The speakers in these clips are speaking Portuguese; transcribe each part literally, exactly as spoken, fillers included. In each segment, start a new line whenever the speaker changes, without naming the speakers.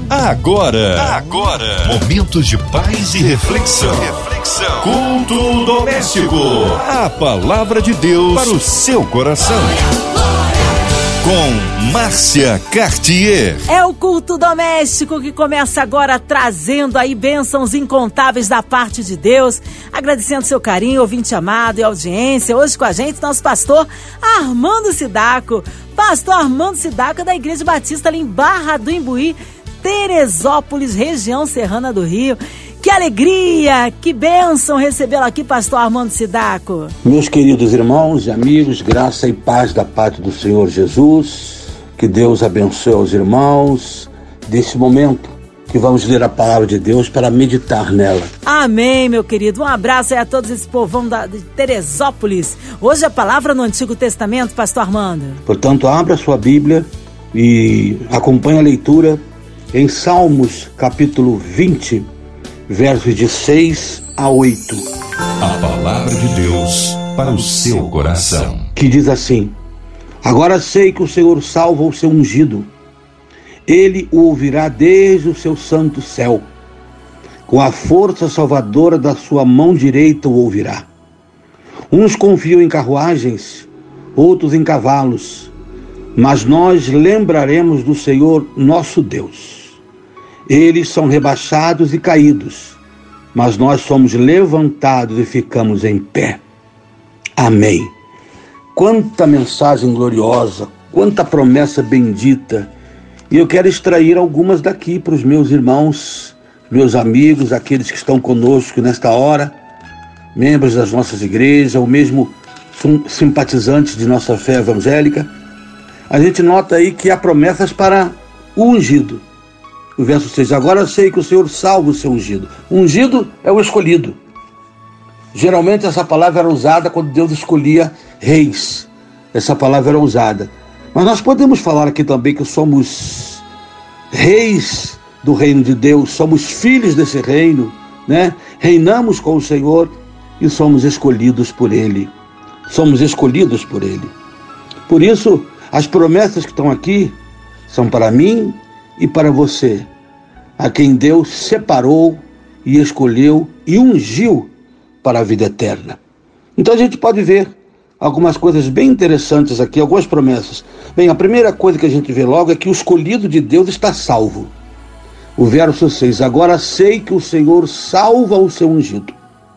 Agora, agora, momentos de paz e reflexão. reflexão. Culto doméstico. A palavra de Deus para o seu coração. Com Márcia Cartier.
É o culto doméstico que começa agora, trazendo aí bênçãos incontáveis da parte de Deus. Agradecendo seu carinho, ouvinte amado e audiência. Hoje com a gente, nosso pastor Armando Sidaco. Pastor Armando Sidaco da Igreja Batista ali em Barra do Imbuí, Teresópolis, região serrana do Rio. Que alegria, que bênção recebê-lo aqui, pastor Armando Sidaco.
Meus queridos irmãos e amigos, graça e paz da parte do Senhor Jesus. Que Deus abençoe os irmãos desse momento que vamos ler a palavra de Deus para meditar nela.
Amém, meu querido. Um abraço aí a todos esse povão da, de Teresópolis. Hoje a palavra no Antigo Testamento, pastor Armando.
Portanto, abra sua Bíblia e acompanhe a leitura em Salmos capítulo vinte, versos de seis a oito.
A palavra de Deus para o seu coração.
Que diz assim: agora sei que o Senhor salva o seu ungido. Ele o ouvirá desde o seu santo céu. Com a força salvadora da sua mão direita o ouvirá. Uns confiam em carruagens, outros em cavalos, mas nós lembraremos do Senhor nosso Deus. Eles são rebaixados e caídos, mas nós somos levantados e ficamos em pé. Amém. Quanta mensagem gloriosa, quanta promessa bendita. E eu quero extrair algumas daqui para os meus irmãos, meus amigos, aqueles que estão conosco nesta hora, membros das nossas igrejas, ou mesmo simpatizantes de nossa fé evangélica. A gente nota aí que há promessas para o ungido. O verso seis, agora eu sei que o Senhor salva o seu ungido. O ungido é o escolhido. Geralmente essa palavra era usada quando Deus escolhia reis. Essa palavra era usada. Mas nós podemos falar aqui também que somos reis do reino de Deus, somos filhos desse reino, né? Reinamos com o Senhor e somos escolhidos por Ele. Somos escolhidos por Ele. Por isso, as promessas que estão aqui são para mim e para você, a quem Deus separou e escolheu e ungiu para a vida eterna. Então a gente pode ver algumas coisas bem interessantes aqui, algumas promessas. Bem, a primeira coisa que a gente vê logo é que o escolhido de Deus está salvo. O verso seis, agora sei que o Senhor salva o seu ungido.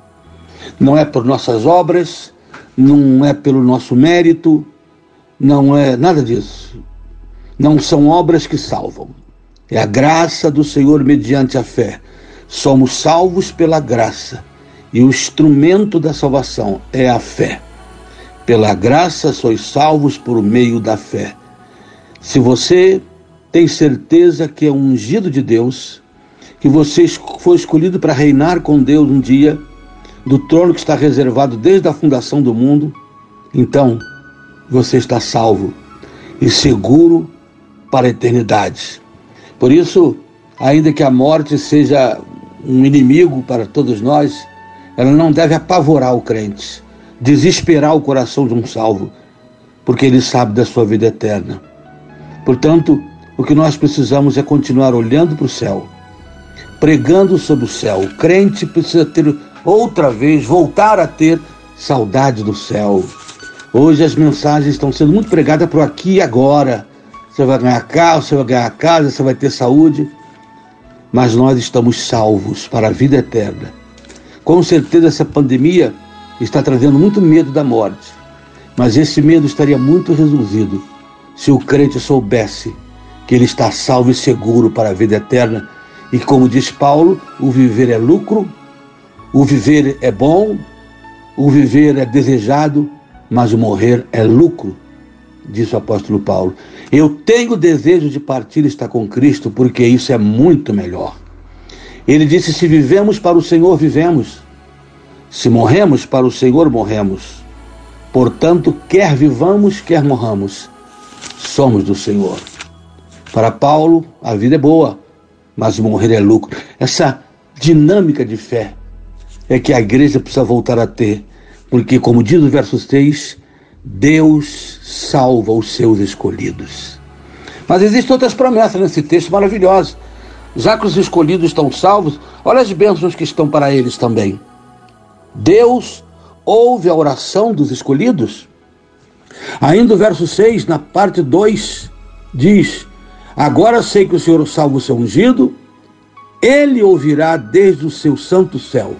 Não é por nossas obras, não é pelo nosso mérito, não é nada disso. Não são obras que salvam. É a graça do Senhor mediante a fé. Somos salvos pela graça. E o instrumento da salvação é a fé. Pela graça sois salvos por meio da fé. Se você tem certeza que é um ungido de Deus, que você foi escolhido para reinar com Deus um dia, do trono que está reservado desde a fundação do mundo, então você está salvo e seguro para a eternidade. Por isso, ainda que a morte seja um inimigo para todos nós, ela não deve apavorar o crente, desesperar o coração de um salvo, porque ele sabe da sua vida eterna. Portanto, o que nós precisamos é continuar olhando para o céu, pregando sobre o céu. O crente precisa ter outra vez, voltar a ter saudade do céu. Hoje as mensagens estão sendo muito pregadas para o aqui e agora. Você vai ganhar carro, você vai ganhar casa, você vai ter saúde. Mas nós estamos salvos para a vida eterna. Com certeza essa pandemia está trazendo muito medo da morte. Mas esse medo estaria muito reduzido se o crente soubesse que ele está salvo e seguro para a vida eterna. E como diz Paulo, o viver é lucro, o viver é bom, o viver é desejado, mas o morrer é lucro, disse o apóstolo Paulo. Eu tenho desejo de partir e estar com Cristo, porque isso é muito melhor. Ele disse, se vivemos para o Senhor, vivemos. Se morremos para o Senhor, morremos. Portanto, quer vivamos, quer morramos, somos do Senhor. Para Paulo, a vida é boa, mas morrer é lucro. Essa dinâmica de fé é que a igreja precisa voltar a ter, porque, como diz o verso seis, Deus salva os seus escolhidos. Mas existem outras promessas nesse texto maravilhosas. Já que os escolhidos estão salvos, olha as bênçãos que estão para eles também. Deus ouve a oração dos escolhidos. Ainda o verso seis, na parte dois, diz: agora sei que o Senhor salva o seu ungido, ele ouvirá desde o seu santo céu.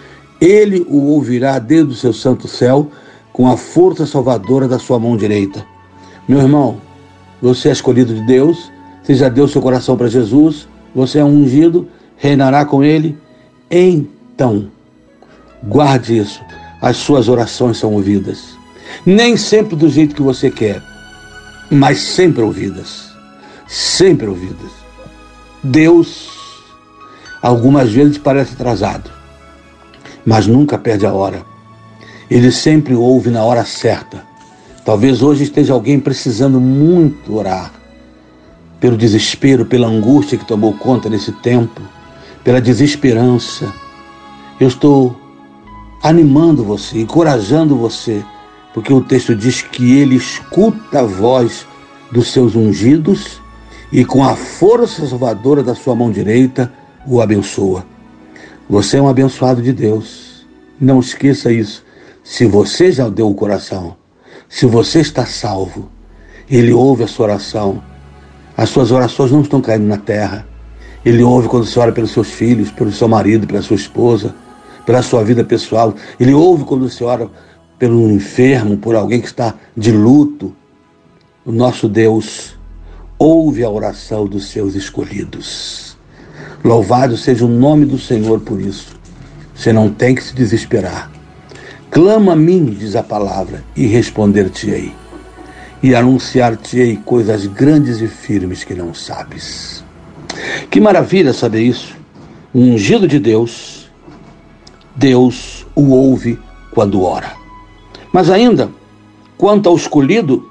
Ele o ouvirá desde o seu santo céu, com a força salvadora da sua mão direita. Meu irmão, você é escolhido de Deus, você já deu seu coração para Jesus, você é um ungido, reinará com ele. Então, guarde isso, as suas orações são ouvidas. Nem sempre do jeito que você quer, mas sempre ouvidas. Sempre ouvidas. Deus, algumas vezes parece atrasado, mas nunca perde a hora. Ele sempre ouve na hora certa. Talvez hoje esteja alguém precisando muito orar, pelo desespero, pela angústia que tomou conta nesse tempo, pela desesperança. Eu estou animando você, encorajando você, porque o texto diz que ele escuta a voz dos seus ungidos e com a força salvadora da sua mão direita o abençoa. Você é um abençoado de Deus. Não esqueça isso. Se você já deu o coração, se você está salvo, ele ouve a sua oração. As suas orações não estão caindo na terra. Ele ouve quando você ora pelos seus filhos, pelo seu marido, pela sua esposa, pela sua vida pessoal. Ele ouve quando você ora pelo enfermo, por alguém que está de luto. O nosso Deus ouve a oração dos seus escolhidos. Louvado seja o nome do Senhor por isso. Você não tem que se desesperar. Clama a mim, diz a palavra, e responder-te-ei. E anunciar-te-ei coisas grandes e firmes que não sabes. Que maravilha saber isso. Um ungido de Deus, Deus o ouve quando ora. Mas ainda, quanto ao escolhido,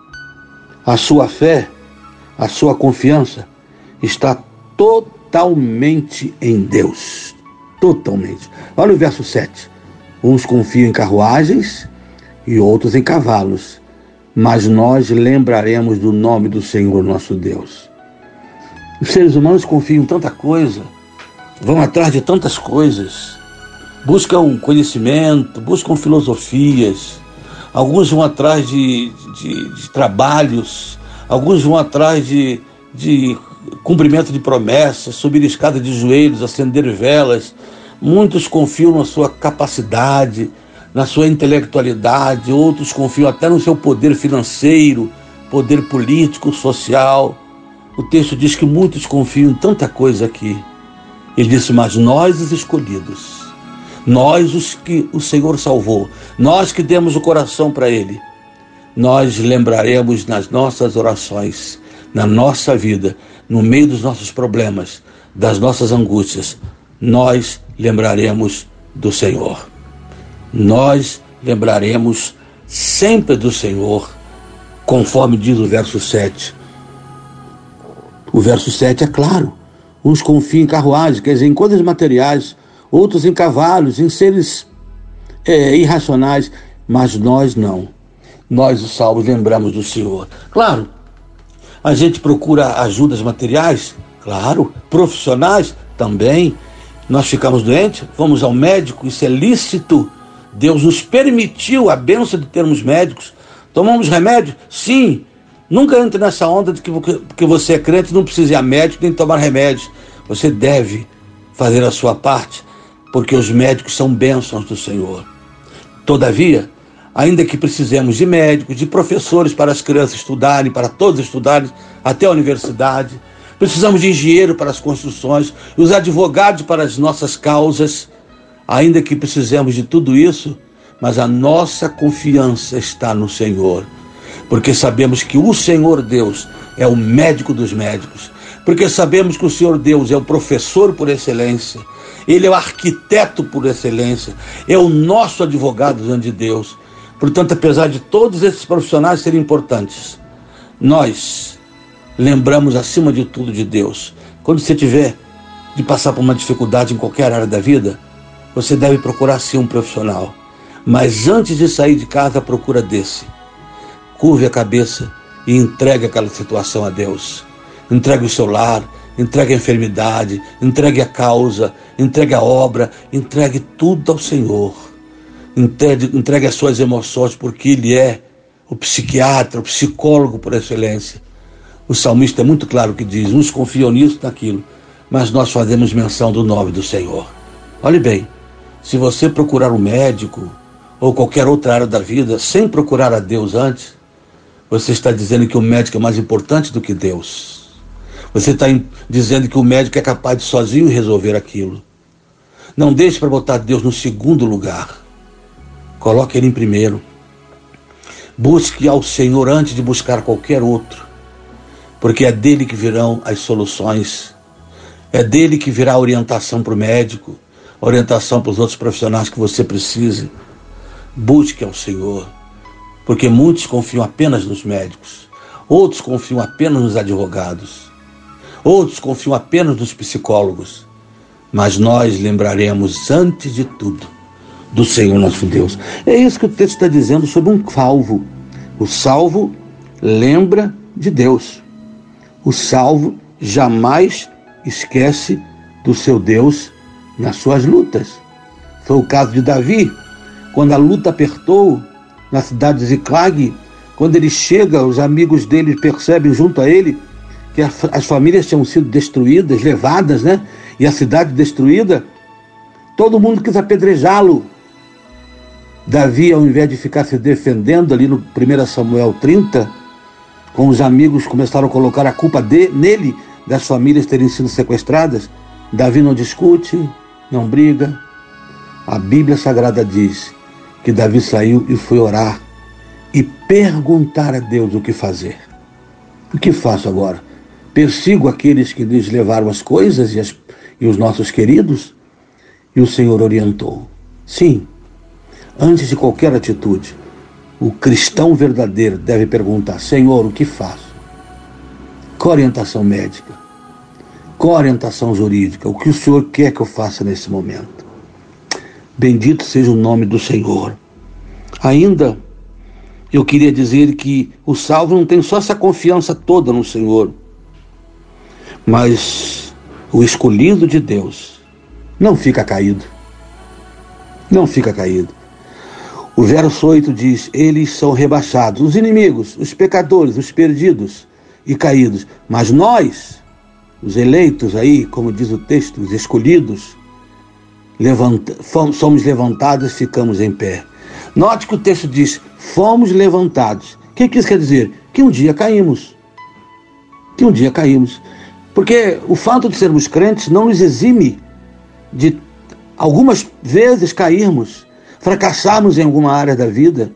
a sua fé, a sua confiança está totalmente em Deus. Totalmente. Olha o verso sete. Uns confiam em carruagens e outros em cavalos, mas nós lembraremos do nome do Senhor nosso Deus. Os seres humanos confiam em tanta coisa, vão atrás de tantas coisas, buscam conhecimento, buscam filosofias, alguns vão atrás de, de, de trabalhos, alguns vão atrás de, de cumprimento de promessas, subir escada de joelhos, acender velas. Muitos confiam na sua capacidade, na sua intelectualidade, outros confiam até no seu poder financeiro, poder político, social. O texto diz que muitos confiam em tanta coisa aqui. Ele disse, mas nós os escolhidos, nós os que o Senhor salvou, nós que demos o coração para Ele, nós lembraremos nas nossas orações, na nossa vida, no meio dos nossos problemas, das nossas angústias, nós lembraremos do Senhor. Nós lembraremos sempre do Senhor, conforme diz o verso sete. O verso sete é claro. Uns confiam em carruagens, quer dizer, em coisas materiais, outros em cavalos, em seres é, irracionais, mas nós não. Nós, os salvos, lembramos do Senhor. Claro, a gente procura ajudas materiais, claro, profissionais também. Nós ficamos doentes, vamos ao médico, isso é lícito. Deus nos permitiu a bênção de termos médicos. Tomamos remédio? Sim. Nunca entre nessa onda de que porque você é crente não precisa ir a médico nem tomar remédios. Você deve fazer a sua parte, porque os médicos são bênçãos do Senhor. Todavia, ainda que precisemos de médicos, de professores para as crianças estudarem, para todos estudarem, até a universidade, precisamos de engenheiro para as construções, os advogados para as nossas causas, ainda que precisemos de tudo isso, mas a nossa confiança está no Senhor, porque sabemos que o Senhor Deus é o médico dos médicos, porque sabemos que o Senhor Deus é o professor por excelência, Ele é o arquiteto por excelência, é o nosso advogado diante de Deus. Portanto, apesar de todos esses profissionais serem importantes, nós lembramos acima de tudo de Deus. Quando você tiver de passar por uma dificuldade em qualquer área da vida, você deve procurar sim um profissional. Mas antes de sair de casa, procura desse. Curve a cabeça e entregue aquela situação a Deus. Entregue o seu lar, entregue a enfermidade, entregue a causa, entregue a obra, entregue tudo ao Senhor. Entregue, entregue as suas emoções, porque Ele é o psiquiatra, o psicólogo por excelência. O salmista é muito claro que diz, uns confiam nisso, naquilo, mas nós fazemos menção do nome do Senhor. Olhe bem, se você procurar um médico ou qualquer outra área da vida sem procurar a Deus antes, você está dizendo que o médico é mais importante do que Deus. Você está dizendo que o médico é capaz de sozinho resolver aquilo. Não deixe para botar Deus no segundo lugar. Coloque Ele em primeiro. Busque ao Senhor antes de buscar qualquer outro, porque é dele que virão as soluções. É dele que virá a orientação para o médico, a orientação para os outros profissionais que você precise. Busque ao Senhor, porque muitos confiam apenas nos médicos, outros confiam apenas nos advogados, outros confiam apenas nos psicólogos, mas nós lembraremos antes de tudo do Senhor nosso Deus. É isso que o texto está dizendo sobre um salvo. O salvo lembra de Deus. O salvo jamais esquece do seu Deus nas suas lutas. Foi o caso de Davi, quando a luta apertou na cidade de Ziclag, quando ele chega, os amigos dele percebem junto a ele que as famílias tinham sido destruídas, levadas, né? E a cidade destruída. Todo mundo quis apedrejá-lo. Davi, ao invés de ficar se defendendo ali no primeiro Samuel trinta, com os amigos começaram a colocar a culpa de, nele, das famílias terem sido sequestradas, Davi não discute, não briga. A Bíblia Sagrada diz que Davi saiu e foi orar e perguntar a Deus o que fazer. O que faço agora? Persigo aqueles que lhes levaram as coisas e, as, e os nossos queridos? E o Senhor orientou. Sim, antes de qualquer atitude, o cristão verdadeiro deve perguntar, Senhor, o que faço? Qual orientação médica? Qual orientação jurídica? O que o Senhor quer que eu faça nesse momento? Bendito seja o nome do Senhor. Ainda, eu queria dizer que o salvo não tem só essa confiança toda no Senhor, mas o escolhido de Deus não fica caído. Não fica caído. O verso oito diz, eles são rebaixados, os inimigos, os pecadores, os perdidos e caídos. Mas nós, os eleitos aí, como diz o texto, os escolhidos, levanta, fomos, somos levantados e ficamos em pé. Note que o texto diz, fomos levantados. O que, que isso quer dizer? Que um dia caímos. Que um dia caímos. Porque o fato de sermos crentes não nos exime de algumas vezes cairmos, fracassarmos em alguma área da vida,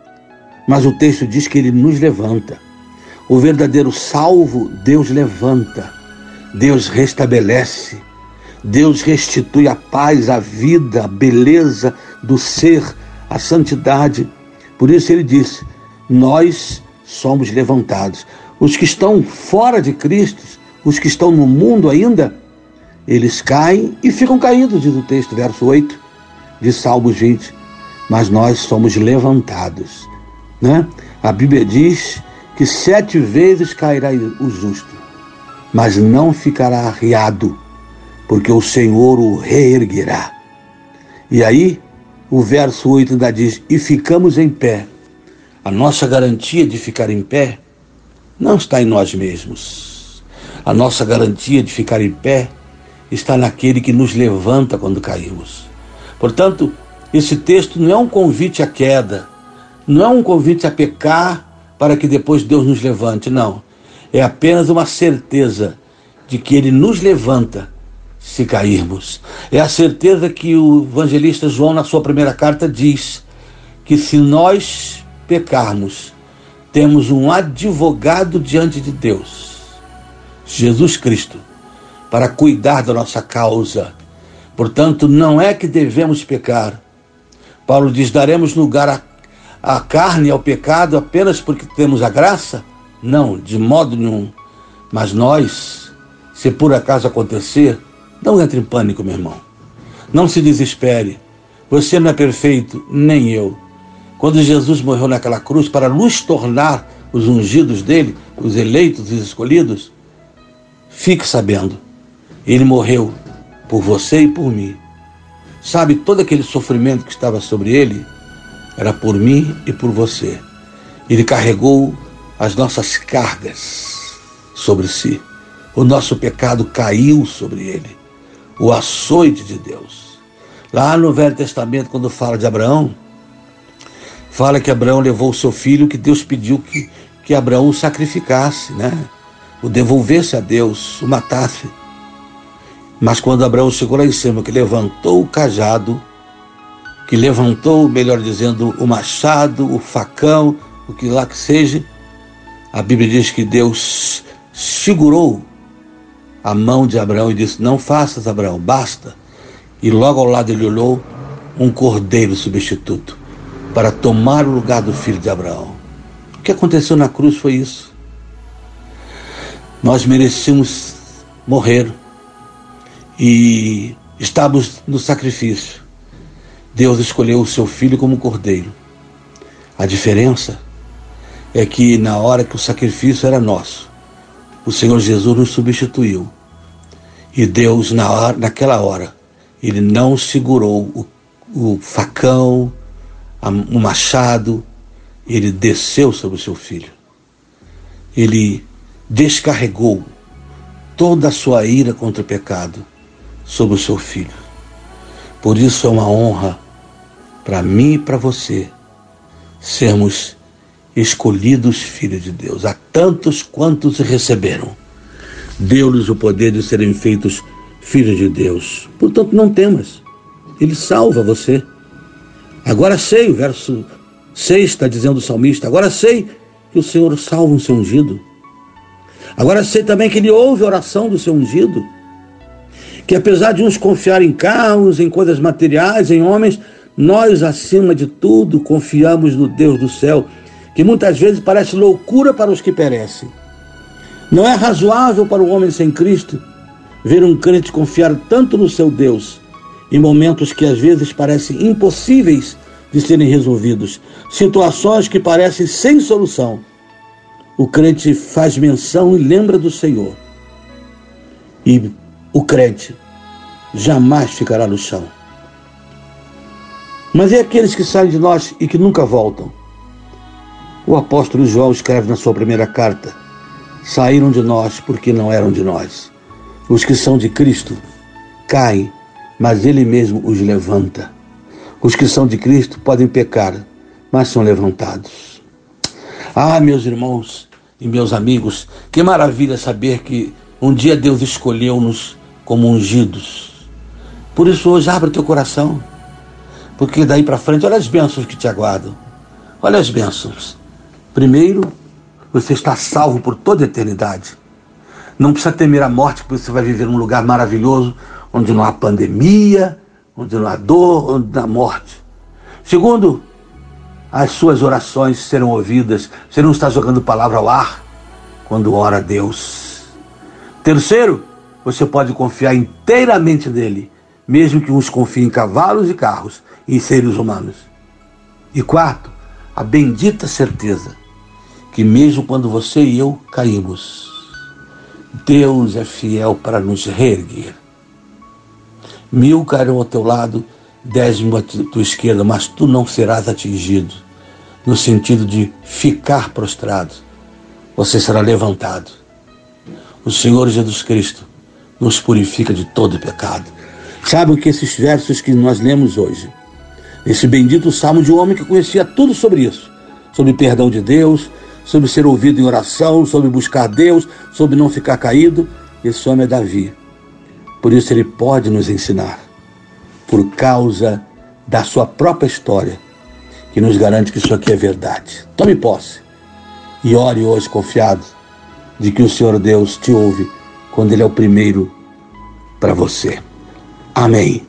mas o texto diz que Ele nos levanta. O verdadeiro salvo, Deus levanta, Deus restabelece, Deus restitui a paz, a vida, a beleza do ser, a santidade. Por isso Ele disse, nós somos levantados. Os que estão fora de Cristo, os que estão no mundo ainda, eles caem e ficam caídos, diz o texto, verso oito, de Salmos vinte. Mas nós somos levantados, né? A Bíblia diz que sete vezes cairá o justo, mas não ficará arriado, porque o Senhor o reerguerá. E aí, o verso oito ainda diz, e ficamos em pé. A nossa garantia de ficar em pé não está em nós mesmos. A nossa garantia de ficar em pé está naquele que nos levanta quando caímos. Portanto, esse texto não é um convite à queda, não é um convite a pecar para que depois Deus nos levante, não. É apenas uma certeza de que Ele nos levanta se cairmos. É a certeza que o evangelista João, na sua primeira carta, diz que se nós pecarmos, temos um advogado diante de Deus, Jesus Cristo, para cuidar da nossa causa. Portanto, não é que devemos pecar. Paulo diz, daremos lugar à, à carne e ao pecado apenas porque temos a graça? Não, de modo nenhum. Mas nós, se por acaso acontecer, não entre em pânico, meu irmão. Não se desespere. Você não é perfeito, nem eu. Quando Jesus morreu naquela cruz para nos tornar os ungidos dele, os eleitos e os escolhidos, fique sabendo, ele morreu por você e por mim. Sabe, todo aquele sofrimento que estava sobre ele era por mim e por você. Ele carregou as nossas cargas sobre si. O nosso pecado caiu sobre ele. O açoite de Deus. Lá no Velho Testamento, quando fala de Abraão, fala que Abraão levou o seu filho, que Deus pediu que, que Abraão o sacrificasse, né? O devolvesse a Deus, o matasse. Mas quando Abraão chegou lá em cima, que levantou o cajado, que levantou, melhor dizendo, o machado, o facão, o que lá que seja, a Bíblia diz que Deus segurou a mão de Abraão e disse: não faças, Abraão, basta. E logo ao lado ele olhou um cordeiro substituto para tomar o lugar do filho de Abraão. O que aconteceu na cruz foi isso. Nós merecíamos morrer e estávamos no sacrifício. Deus escolheu o seu filho como cordeiro. A diferença é que na hora que o sacrifício era nosso, o Senhor Jesus nos substituiu. E Deus, na hora, naquela hora, Ele não segurou o, o facão, a, o machado, Ele desceu sobre o seu filho. Ele descarregou toda a sua ira contra o pecado sobre o seu filho. Por isso é uma honra para mim e para você sermos escolhidos filhos de Deus. A tantos quantos receberam, deu-lhes o poder de serem feitos filhos de Deus. Portanto, não temas, Ele salva você. Agora sei, o verso seis está dizendo o salmista, agora sei que o Senhor salva o seu ungido. Agora sei também que Ele ouve a oração do seu ungido. Que apesar de uns confiar em carros, em coisas materiais, em homens, nós, acima de tudo, confiamos no Deus do céu, que muitas vezes parece loucura para os que perecem. Não é razoável para o homem sem Cristo ver um crente confiar tanto no seu Deus, em momentos que às vezes parecem impossíveis de serem resolvidos, situações que parecem sem solução. O crente faz menção e lembra do Senhor. E o crente jamais ficará no chão. Mas e aqueles que saem de nós e que nunca voltam? O apóstolo João escreve na sua primeira carta: saíram de nós porque não eram de nós. Os que são de Cristo caem, mas Ele mesmo os levanta. Os que são de Cristo podem pecar, mas são levantados. Ah, meus irmãos e meus amigos, que maravilha saber que um dia Deus escolheu-nos como ungidos. Por isso hoje abre teu coração, porque daí para frente olha as bênçãos que te aguardam. Olha as bênçãos. Primeiro, você está salvo por toda a eternidade. Não precisa temer a morte, porque você vai viver num lugar maravilhoso, onde não há pandemia, onde não há dor, onde não há morte. Segundo, as suas orações serão ouvidas. Você não está jogando palavra ao ar quando ora a Deus. Terceiro, você pode confiar inteiramente nele, mesmo que uns confiem em cavalos e carros e em seres humanos. E quarto, a bendita certeza que mesmo quando você e eu caímos, Deus é fiel para nos reerguer. Mil cairão ao teu lado, dez mil à tua esquerda, mas tu não serás atingido, no sentido de ficar prostrado. Você será levantado. O Senhor Jesus Cristo nos purifica de todo pecado. Sabe o que esses versos que nós lemos hoje? Esse bendito salmo de um homem que conhecia tudo sobre isso. Sobre perdão de Deus, sobre ser ouvido em oração, sobre buscar Deus, sobre não ficar caído. Esse homem é Davi. Por isso ele pode nos ensinar, por causa da sua própria história, que nos garante que isso aqui é verdade. Tome posse e ore hoje confiado de que o Senhor Deus te ouve quando Ele é o primeiro para você. Amém.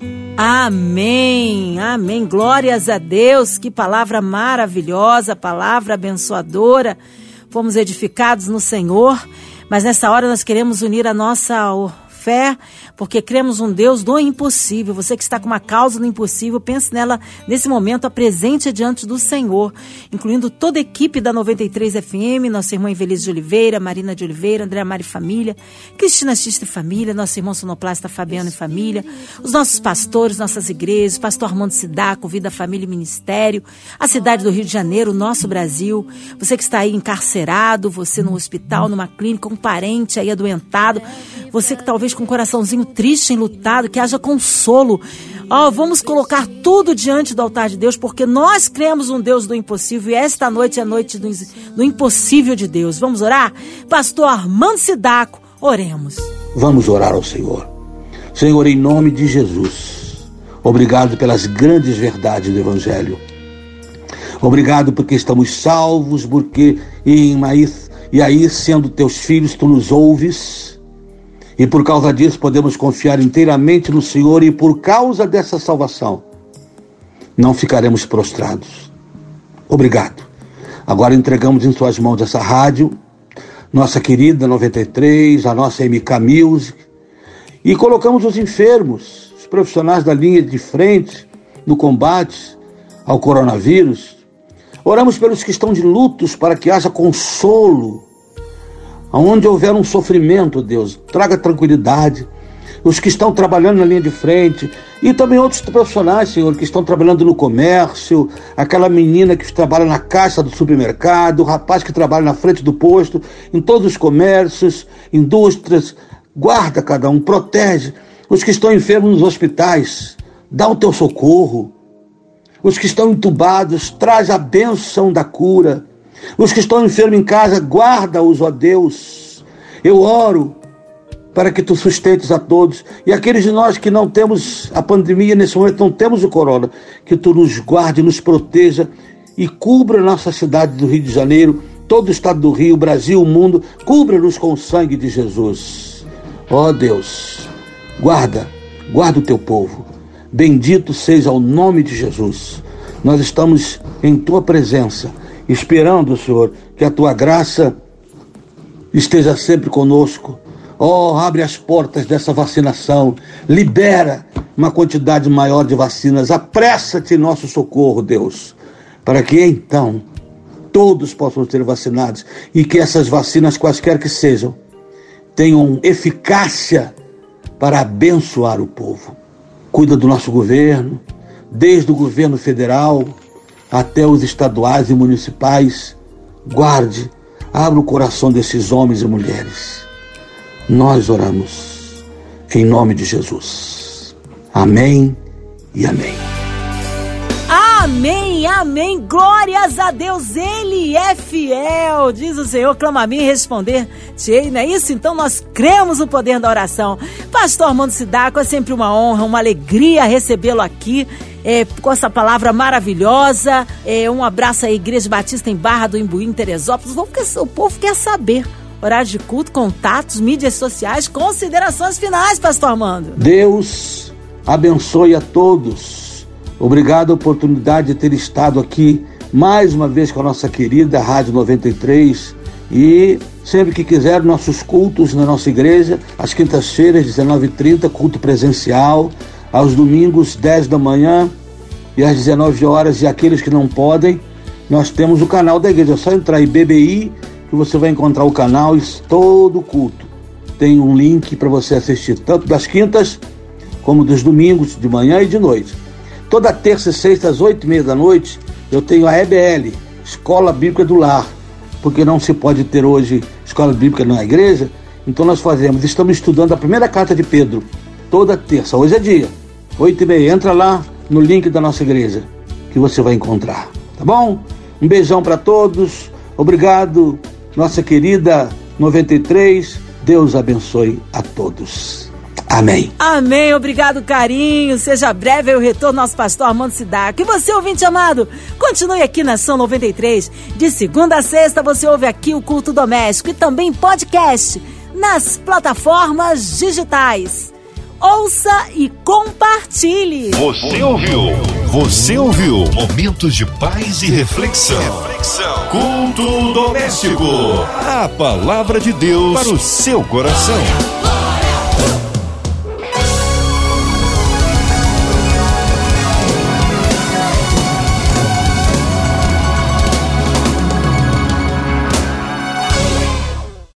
Amém, amém, glórias a Deus, que palavra maravilhosa, palavra abençoadora. Fomos edificados no Senhor, mas nessa hora nós queremos unir a nossa fé, porque cremos um Deus do impossível. Você que está com uma causa do impossível, pense nela nesse momento, apresente diante do Senhor, incluindo toda a equipe da noventa e três F M, nossa irmã Invelise de Oliveira, Marina de Oliveira, André Mari Família, Cristina Xista e Família, nosso irmão sonoplasta Fabiano e Família, os nossos pastores, nossas igrejas, pastor Armando Sidaco, Vida, Família e Ministério, a cidade do Rio de Janeiro, o nosso Brasil, você que está aí encarcerado, você no hospital, numa clínica, um parente aí adoentado, você que talvez com um coraçãozinho triste, enlutado, que haja consolo. Ó, oh, vamos colocar tudo diante do altar de Deus, porque nós cremos um Deus do impossível e esta noite é a noite do, do impossível de Deus. Vamos orar? Pastor Armando Sidaco, oremos.
Vamos orar ao Senhor. Senhor, em nome de Jesus, obrigado pelas grandes verdades do Evangelho. Obrigado porque estamos salvos, porque em Maíz, e aí, sendo teus filhos, tu nos ouves. E por causa disso podemos confiar inteiramente no Senhor, e por causa dessa salvação não ficaremos prostrados. Obrigado. Agora entregamos em suas mãos essa rádio, nossa querida noventa e três, a nossa M K Music, e colocamos os enfermos, os profissionais da linha de frente no combate ao coronavírus. Oramos pelos que estão de lutos, para que haja consolo. Aonde houver um sofrimento, Deus, traga tranquilidade. Os que estão trabalhando na linha de frente, e também outros profissionais, Senhor, que estão trabalhando no comércio, aquela menina que trabalha na caixa do supermercado, o rapaz que trabalha na frente do posto, em todos os comércios, indústrias. Guarda cada um, protege. Os que estão enfermos nos hospitais, dá o teu socorro. Os que estão entubados, traz a bênção da cura. Os que estão enfermos em casa, guarda-os, ó Deus. Eu oro para que tu sustentes a todos. E aqueles de nós que não temos a pandemia nesse momento, não temos o corona, que tu nos guarde, nos proteja e cubra a nossa cidade do Rio de Janeiro, todo o estado do Rio, o Brasil, o mundo. Cubra-nos com o sangue de Jesus. Ó Deus, guarda, guarda o teu povo. Bendito seja o nome de Jesus. Nós estamos em tua presença, esperando, Senhor, que a tua graça esteja sempre conosco. Oh, abre as portas dessa vacinação, libera uma quantidade maior de vacinas, apressa-te em nosso socorro, Deus, para que então todos possam ser vacinados e que essas vacinas, quaisquer que sejam, tenham eficácia para abençoar o povo. Cuida do nosso governo, desde o governo federal até os estaduais e municipais. Guarde, abra o coração desses homens e mulheres. Nós oramos em nome de Jesus. Amém e amém.
Amém, amém, glórias a Deus, Ele é fiel, diz o Senhor, clama a mim e responder-te-ei, não é isso? Então nós cremos no poder da oração. Pastor Armando Sidaco, é sempre uma honra, uma alegria recebê-lo aqui, é, com essa palavra maravilhosa. É, um abraço à Igreja Batista em Barra do Imbuí, em Teresópolis. O povo quer saber horário de culto, contatos, mídias sociais, considerações finais, Pastor Armando.
Deus abençoe a todos. Obrigado a oportunidade de ter estado aqui mais uma vez com a nossa querida Rádio noventa e três. E sempre que quiser, nossos cultos na nossa igreja, às quintas-feiras, dezenove e trinta, culto presencial, aos domingos, dez da manhã e às dezenove horas. E aqueles que não podem, nós temos o canal da igreja. É só entrar em B B I que você vai encontrar o canal e todo o culto. Tem um link para você assistir, tanto das quintas como dos domingos, de manhã e de noite. Toda terça e sexta, às oito e meia da noite, eu tenho a E B L, Escola Bíblica do Lar, porque não se pode ter hoje Escola Bíblica na igreja, então nós fazemos, estamos estudando a primeira carta de Pedro, toda terça, hoje é dia, oito e meia, entra lá no link da nossa igreja, que você vai encontrar, tá bom? Um beijão para todos, obrigado, nossa querida noventa e três, Deus abençoe a todos. Amém.
Amém, obrigado, carinho. Seja breve o retorno do nosso pastor Armando Sidaco. E você, ouvinte amado, continue aqui na Ação noventa e três. De segunda a sexta você ouve aqui o Culto Doméstico e também podcast nas plataformas digitais. Ouça e compartilhe.
Você ouviu? Você ouviu? Momentos de paz e reflexão. Reflexão. Culto Doméstico. A palavra de Deus para o seu coração.